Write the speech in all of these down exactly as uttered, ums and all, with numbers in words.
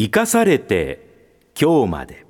生かされて今日まで。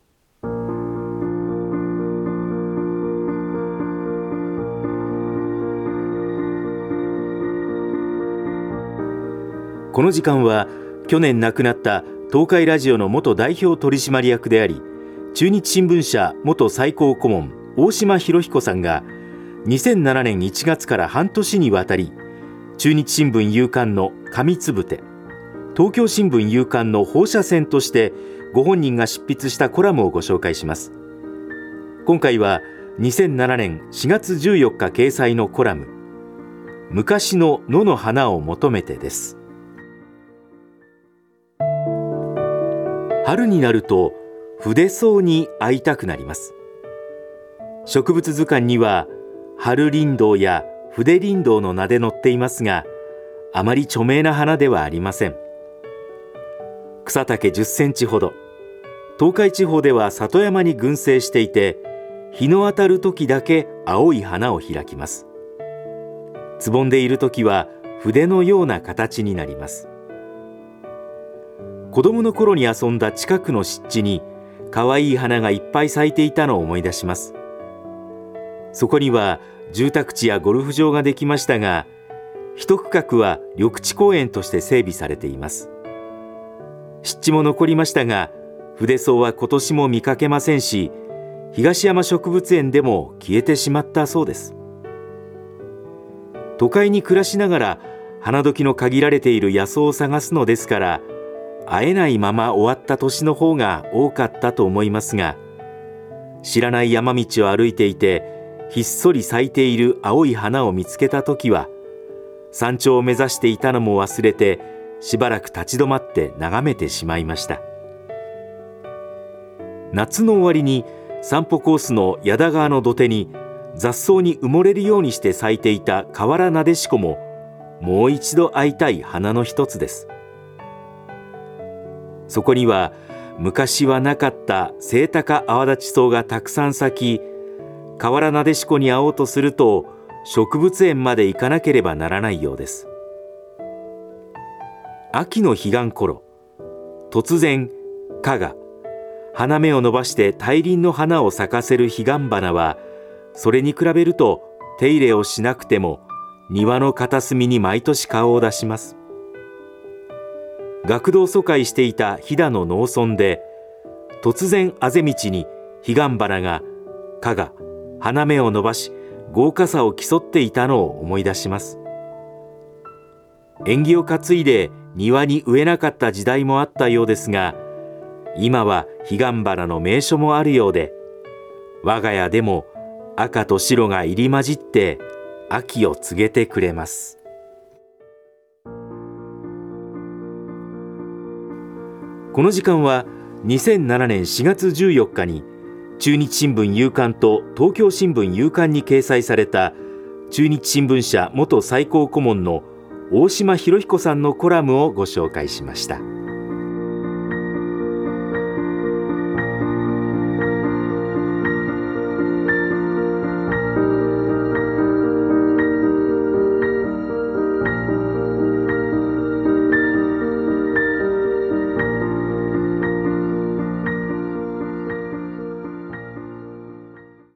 この時間は去年亡くなった東海ラジオの元代表取締役であり、中日新聞社元最高顧問大島博彦さんがにせんななねんいちがつから半年にわたり、中日新聞夕刊の紙つぶて、東京新聞夕刊の放射線としてご本人が執筆したコラムをご紹介します。今回はにせんななねんしがつじゅうよっか掲載のコラム、昔の野の花を求めてです。春になると筆草に会いたくなります。植物図鑑には春林道や筆林道の名で載っていますが、あまり著名な花ではありません。草丈じゅっセンチほど、東海地方では里山に群生していて、日の当たる時だけ青い花を開きます。つぼんでいる時は筆のような形になります。子供の頃に遊んだ近くの湿地に可愛い花がいっぱい咲いていたのを思い出します。そこには住宅地やゴルフ場ができましたが、一区画は緑地公園として整備されています。湿地も残りましたが、筆草は今年も見かけませんし、東山植物園でも消えてしまったそうです。都会に暮らしながら花時の限られている野草を探すのですから、会えないまま終わった年の方が多かったと思いますが、知らない山道を歩いていてひっそり咲いている青い花を見つけた時は、山頂を目指していたのも忘れて、しばらく立ち止まって眺めてしまいました。夏の終わりに散歩コースの矢田川の土手に雑草に埋もれるようにして咲いていた河原なでしこも、もう一度会いたい花の一つです。そこには昔はなかったセイタカアワダチソウがたくさん咲き、河原なでしこに会おうとすると植物園まで行かなければならないようです。秋の彼岸頃、突然花が花芽を伸ばして大輪の花を咲かせる彼岸花は、それに比べると手入れをしなくても庭の片隅に毎年顔を出します。学童疎開していた飛騨の農村で、突然あぜ道に彼岸花が花が花芽を伸ばし豪華さを競っていたのを思い出します。縁起を担いで庭に植えなかった時代もあったようですが、今は彼岸花の名所もあるようで、我が家でも赤と白が入り混じって秋を告げてくれます。この時間はにせんななねんしがつじゅうよっかに中日新聞夕刊と東京新聞夕刊に掲載された中日新聞社元最高顧問の大島博彦さんのコラムをご紹介しました。